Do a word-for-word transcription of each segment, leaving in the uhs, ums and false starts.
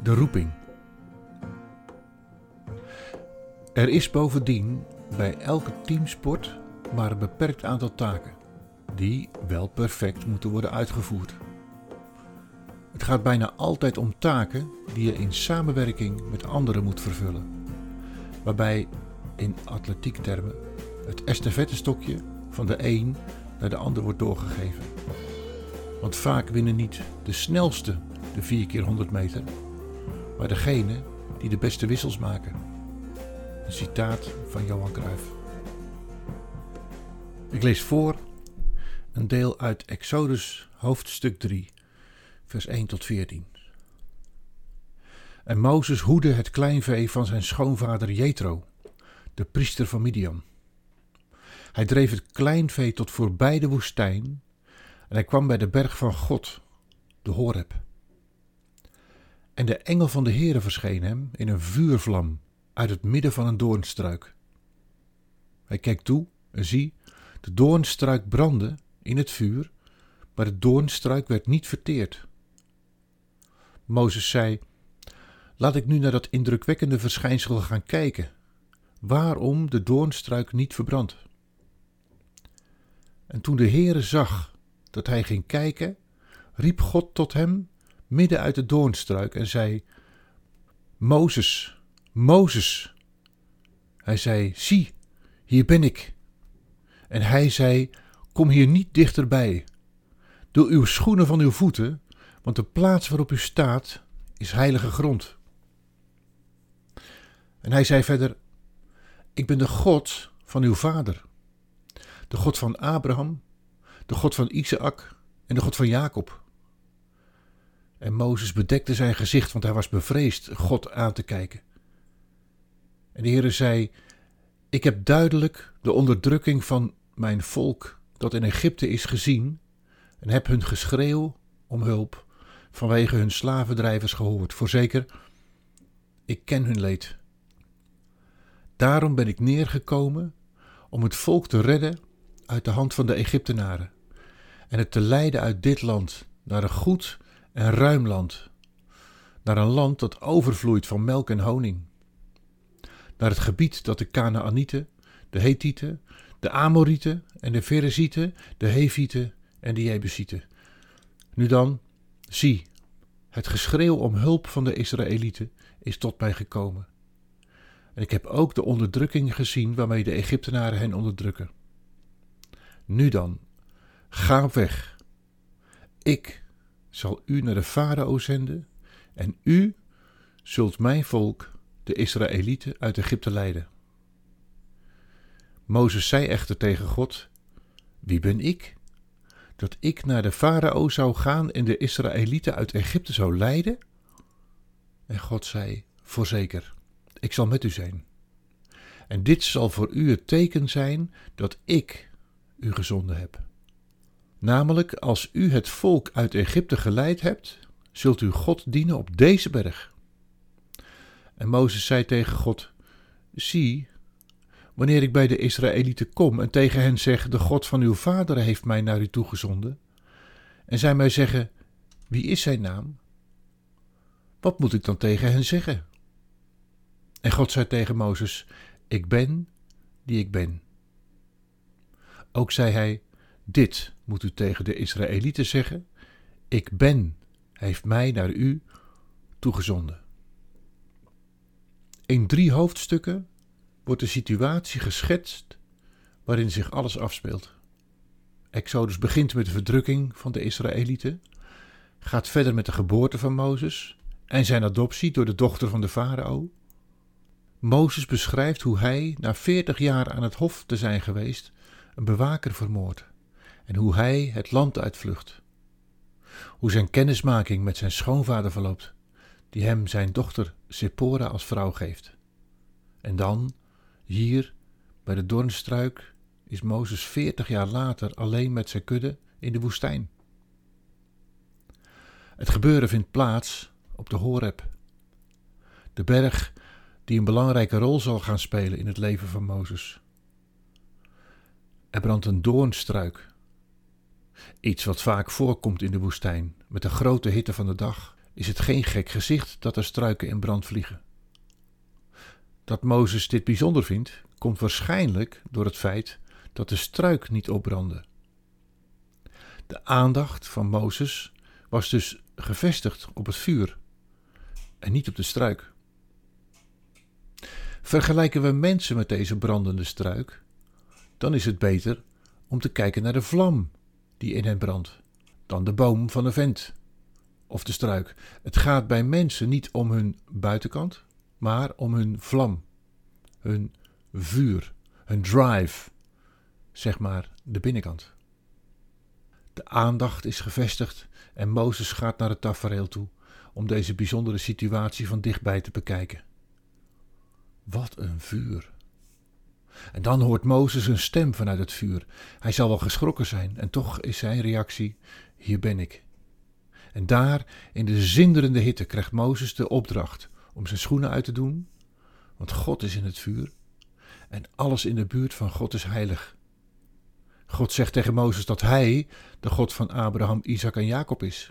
De roeping. Er is bovendien bij elke teamsport maar een beperkt aantal taken, die wel perfect moeten worden uitgevoerd. Het gaat bijna altijd om taken die je in samenwerking met anderen moet vervullen, waarbij in atletiektermen het estafettestokje van de een naar de ander wordt doorgegeven. Want vaak winnen niet de snelste de vier keer honderd meter, maar degene die de beste wissels maken. Een citaat van Johan Cruijff. Ik lees voor een deel uit Exodus hoofdstuk drie, vers één tot veertien. En Mozes hoedde het kleinvee van zijn schoonvader Jethro, de priester van Midian. Hij dreef het kleinvee tot voorbij de woestijn en hij kwam bij de berg van God, de Horeb. En de engel van de Heere verscheen hem in een vuurvlam uit het midden van een doornstruik. Hij keek toe en zie, de doornstruik brandde in het vuur, maar de doornstruik werd niet verteerd. Mozes zei: laat ik nu naar dat indrukwekkende verschijnsel gaan kijken, waarom de doornstruik niet verbrandt. En toen de Heere zag dat hij ging kijken, riep God tot hem midden uit de doornstruik en zei: Mozes, Mozes. Hij zei: zie, hier ben ik. En hij zei: kom hier niet dichterbij. Doe uw schoenen van uw voeten, want de plaats waarop u staat is heilige grond. En hij zei verder: ik ben de God van uw vader, de God van Abraham, de God van Isaac en de God van Jacob. En Mozes bedekte zijn gezicht, want hij was bevreesd God aan te kijken. En de Heere zei: ik heb duidelijk de onderdrukking van mijn volk dat in Egypte is gezien en heb hun geschreeuw om hulp vanwege hun slavendrijvers gehoord. Voorzeker, ik ken hun leed. Daarom ben ik neergekomen om het volk te redden uit de hand van de Egyptenaren en het te leiden uit dit land naar een goed en ruim land, naar een land dat overvloeit van melk en honing, naar het gebied dat de Kanaanieten, de Hethieten, de Amorieten en de Ferezieten, de Hevieten en de Jebusieten. Nu dan, zie, het geschreeuw om hulp van de Israëlieten is tot mij gekomen. En ik heb ook de onderdrukking gezien waarmee de Egyptenaren hen onderdrukken. Nu dan, ga op weg. Ik zal u naar de farao zenden en u zult mijn volk, de Israëlieten, uit Egypte leiden. Mozes zei echter tegen God: wie ben ik, dat ik naar de farao zou gaan en de Israëlieten uit Egypte zou leiden? En God zei: voorzeker, ik zal met u zijn. En dit zal voor u het teken zijn dat ik u gezonden heb. Namelijk, als u het volk uit Egypte geleid hebt, zult u God dienen op deze berg. En Mozes zei tegen God: zie, wanneer ik bij de Israëlieten kom en tegen hen zeg: de God van uw vader heeft mij naar u toegezonden, en zij mij zeggen: wie is zijn naam? Wat moet ik dan tegen hen zeggen? En God zei tegen Mozes: ik ben die ik ben. Ook zei hij: dit moet u tegen de Israëlieten zeggen: ik ben heeft mij naar u toegezonden. In drie hoofdstukken wordt de situatie geschetst waarin zich alles afspeelt. Exodus begint met de verdrukking van de Israëlieten, gaat verder met de geboorte van Mozes en zijn adoptie door de dochter van de farao. Mozes beschrijft hoe hij, na veertig jaar aan het hof te zijn geweest, een bewaker vermoordt en hoe hij het land uitvlucht. Hoe zijn kennismaking met zijn schoonvader verloopt, die hem zijn dochter Zippora als vrouw geeft. En dan, hier, bij de doornstruik, is Mozes veertig jaar later alleen met zijn kudde in de woestijn. Het gebeuren vindt plaats op de Horeb, de berg die een belangrijke rol zal gaan spelen in het leven van Mozes. Er brandt een doornstruik, iets wat vaak voorkomt in de woestijn, met de grote hitte van de dag is het geen gek gezicht dat er struiken in brand vliegen. Dat Mozes dit bijzonder vindt, komt waarschijnlijk door het feit dat de struik niet opbrandde. De aandacht van Mozes was dus gevestigd op het vuur en niet op de struik. Vergelijken we mensen met deze brandende struik, dan is het beter om te kijken naar de vlam die in hen brandt, dan de boom van de vent of de struik. Het gaat bij mensen niet om hun buitenkant, maar om hun vlam, hun vuur, hun drive, zeg maar de binnenkant. De aandacht is gevestigd en Mozes gaat naar het tafereel toe om deze bijzondere situatie van dichtbij te bekijken. Wat een vuur! En dan hoort Mozes een stem vanuit het vuur. Hij zal wel geschrokken zijn en toch is zijn reactie: hier ben ik. En daar in de zinderende hitte krijgt Mozes de opdracht om zijn schoenen uit te doen, want God is in het vuur en alles in de buurt van God is heilig. God zegt tegen Mozes dat hij de God van Abraham, Isaac en Jacob is.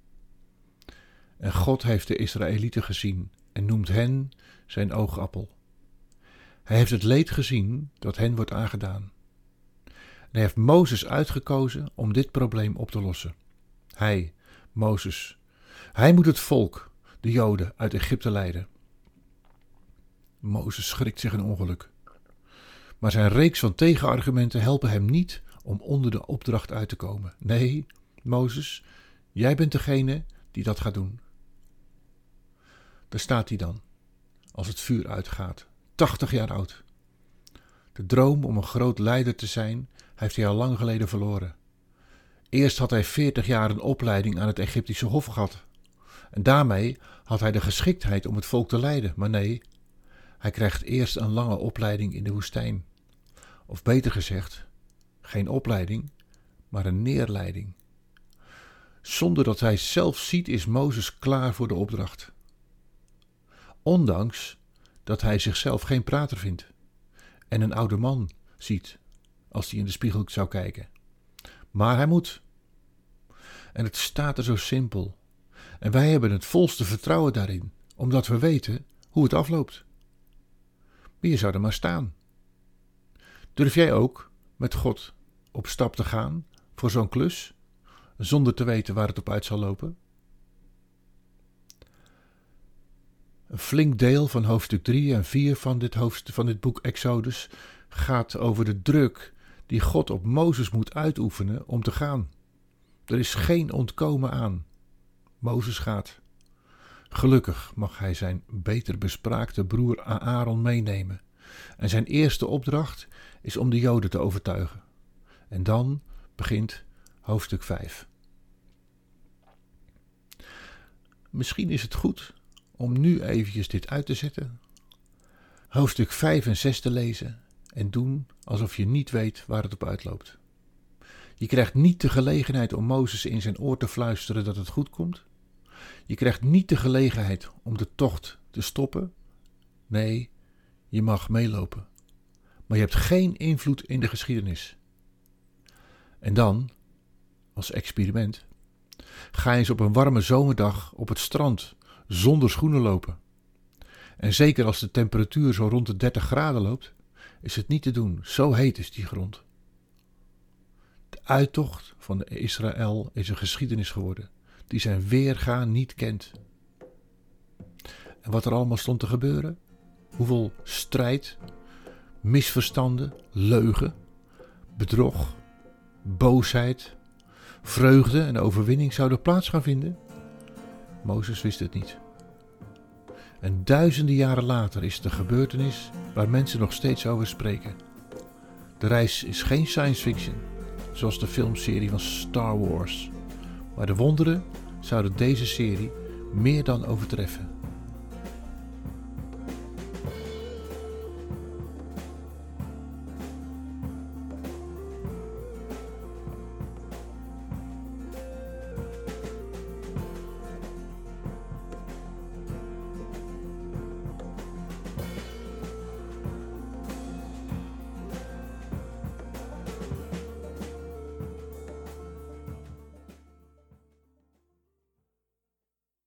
En God heeft de Israëlieten gezien en noemt hen zijn oogappel. Hij heeft het leed gezien dat hen wordt aangedaan. En hij heeft Mozes uitgekozen om dit probleem op te lossen. Hij, Mozes, hij moet het volk, de Joden, uit Egypte leiden. Mozes schrikt zich een ongeluk. Maar zijn reeks van tegenargumenten helpen hem niet om onder de opdracht uit te komen. Nee, Mozes, jij bent degene die dat gaat doen. Daar staat hij dan, als het vuur uitgaat, tachtig jaar oud. De droom om een groot leider te zijn, heeft hij al lang geleden verloren. Eerst had hij veertig jaar een opleiding aan het Egyptische hof gehad. En daarmee had hij de geschiktheid om het volk te leiden. Maar nee, hij krijgt eerst een lange opleiding in de woestijn. Of beter gezegd, geen opleiding, maar een neerleiding. Zonder dat hij zelf ziet is Mozes klaar voor de opdracht. Ondanks dat hij zichzelf geen prater vindt en een oude man ziet als hij in de spiegel zou kijken. Maar hij moet. En het staat er zo simpel. En wij hebben het volste vertrouwen daarin, omdat we weten hoe het afloopt. Maar je zou er maar staan. Durf jij ook met God op stap te gaan voor zo'n klus, zonder te weten waar het op uit zal lopen? Een flink deel van hoofdstuk drie en vier van dit, hoofdstuk, van dit boek Exodus gaat over de druk die God op Mozes moet uitoefenen om te gaan. Er is geen ontkomen aan. Mozes gaat. Gelukkig mag hij zijn beter bespraakte broer Aaron meenemen. En zijn eerste opdracht is om de Joden te overtuigen. En dan begint hoofdstuk vijf. Misschien is het goed om nu eventjes dit uit te zetten, hoofdstuk vijf en zes te lezen en doen alsof je niet weet waar het op uitloopt. Je krijgt niet de gelegenheid om Mozes in zijn oor te fluisteren dat het goed komt. Je krijgt niet de gelegenheid om de tocht te stoppen. Nee, je mag meelopen. Maar je hebt geen invloed in de geschiedenis. En dan, als experiment, ga eens op een warme zomerdag op het strand zonder schoenen lopen. En zeker als de temperatuur zo rond de dertig graden loopt, is het niet te doen. Zo heet is die grond. De uittocht van Israël is een geschiedenis geworden die zijn weerga niet kent. En wat er allemaal stond te gebeuren? Hoeveel strijd, misverstanden, leugen, bedrog, boosheid, vreugde en overwinning zouden plaats gaan vinden? Mozes wist het niet. En duizenden jaren later is het een gebeurtenis waar mensen nog steeds over spreken. De reis is geen science fiction, zoals de filmserie van Star Wars. Maar de wonderen zouden deze serie meer dan overtreffen.